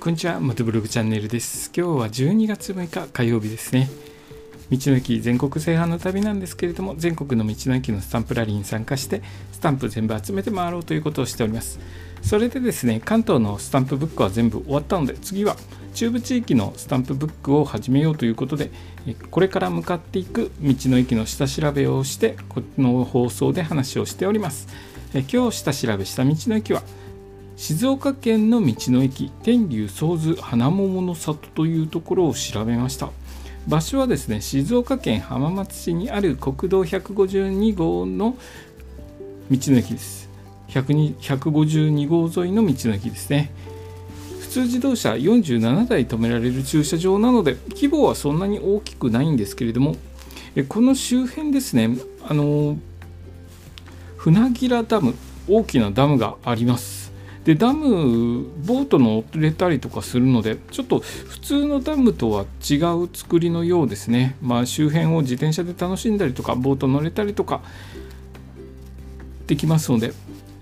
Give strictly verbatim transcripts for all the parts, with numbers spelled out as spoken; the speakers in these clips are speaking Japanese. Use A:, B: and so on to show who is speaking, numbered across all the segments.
A: こんにちは、モトブログチャンネルです。今日はじゅうにがつむいか火曜日ですね。道の駅全国制覇の旅なんですけれども、全国の道の駅のスタンプラリーに参加してスタンプ全部集めて回ろうということをしております。それでですね、関東のスタンプブックは全部終わったので、次は中部地域のスタンプブックを始めようということで、これから向かっていく道の駅の下調べをして、この放送で話をしております。今日下調べした道の駅は静岡県の道の駅天竜総津花桃の里というところを調べました。場所はですね、静岡県浜松市にある国道ひゃくごじゅうにごうの道の駅です。ひゃくごじゅうにごう沿いの道の駅ですね。普通自動車よんじゅうななだい止められる駐車場なので、規模はそんなに大きくないんですけれども、この周辺ですね、あの船平ダム、大きなダムがあります。でダム、ボート乗れたりとかするので、ちょっと普通のダムとは違う作りのようですね。まあ、周辺を自転車で楽しんだりとか、ボート乗れたりとかできますので、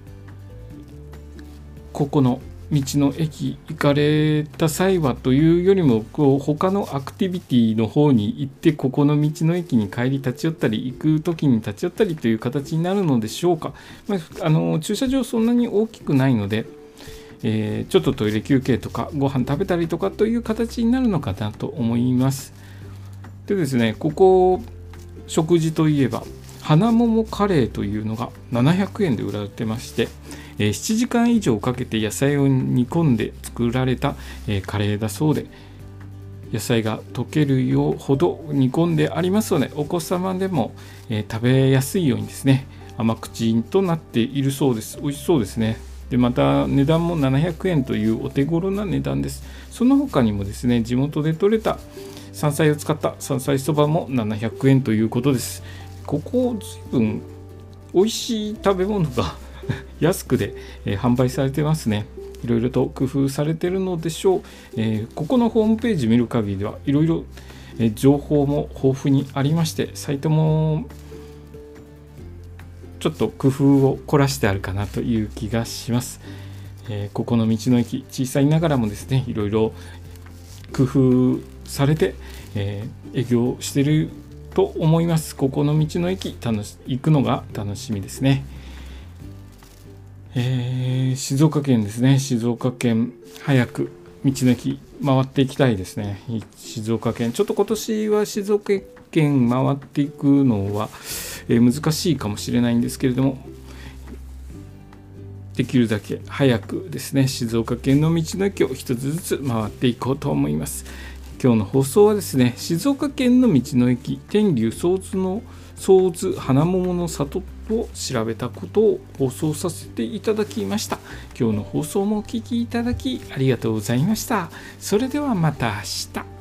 A: ここの道の駅行かれた際はというよりも、こう他のアクティビティの方に行って、ここの道の駅に帰り立ち寄ったり、行く時に立ち寄ったりという形になるのでしょうか。まあ、あの駐車場そんなに大きくないので、えー、ちょっとトイレ休憩とかご飯食べたりとかという形になるのかなと思います。でですね、ここ食事といえば花桃カレーというのがななひゃくえんで売られてまして、えー、しちじかん以上かけて野菜を煮込んで作られた、えー、カレーだそうで、野菜が溶けるようほど煮込んでありますので、お子様でも、えー、食べやすいようにですね、甘口となっているそうです。美味しそうですね。でまた値段もななひゃくえんというお手頃な値段です。その他にもですね、地元で採れた山菜を使った山菜そばもななひゃくえんということです。ここ随分美味しい食べ物が安くで、えー、販売されてますね。いろいろと工夫されているのでしょう。えー、ここのホームページ見る限りではいろいろ情報も豊富にありまして、サイトもちょっと工夫を凝らしてあるかなという気がします。えー、ここの道の駅、小さいながらもですね、いろいろ工夫されて、えー、営業していると思います。ここの道の駅楽し行くのが楽しみですね。えー、静岡県ですね。静岡県早く道の駅回っていきたいですね。静岡県ちょっと今年は静岡県回っていくのはえー、難しいかもしれないんですけれども、できるだけ早くですね、静岡県の道の駅を一つずつ回っていこうと思います。今日の放送はですね、静岡県の道の駅天竜総津の総津花桃の里を調べたことを放送させていただきました。今日の放送もお聞きいただきありがとうございました。それではまた明日。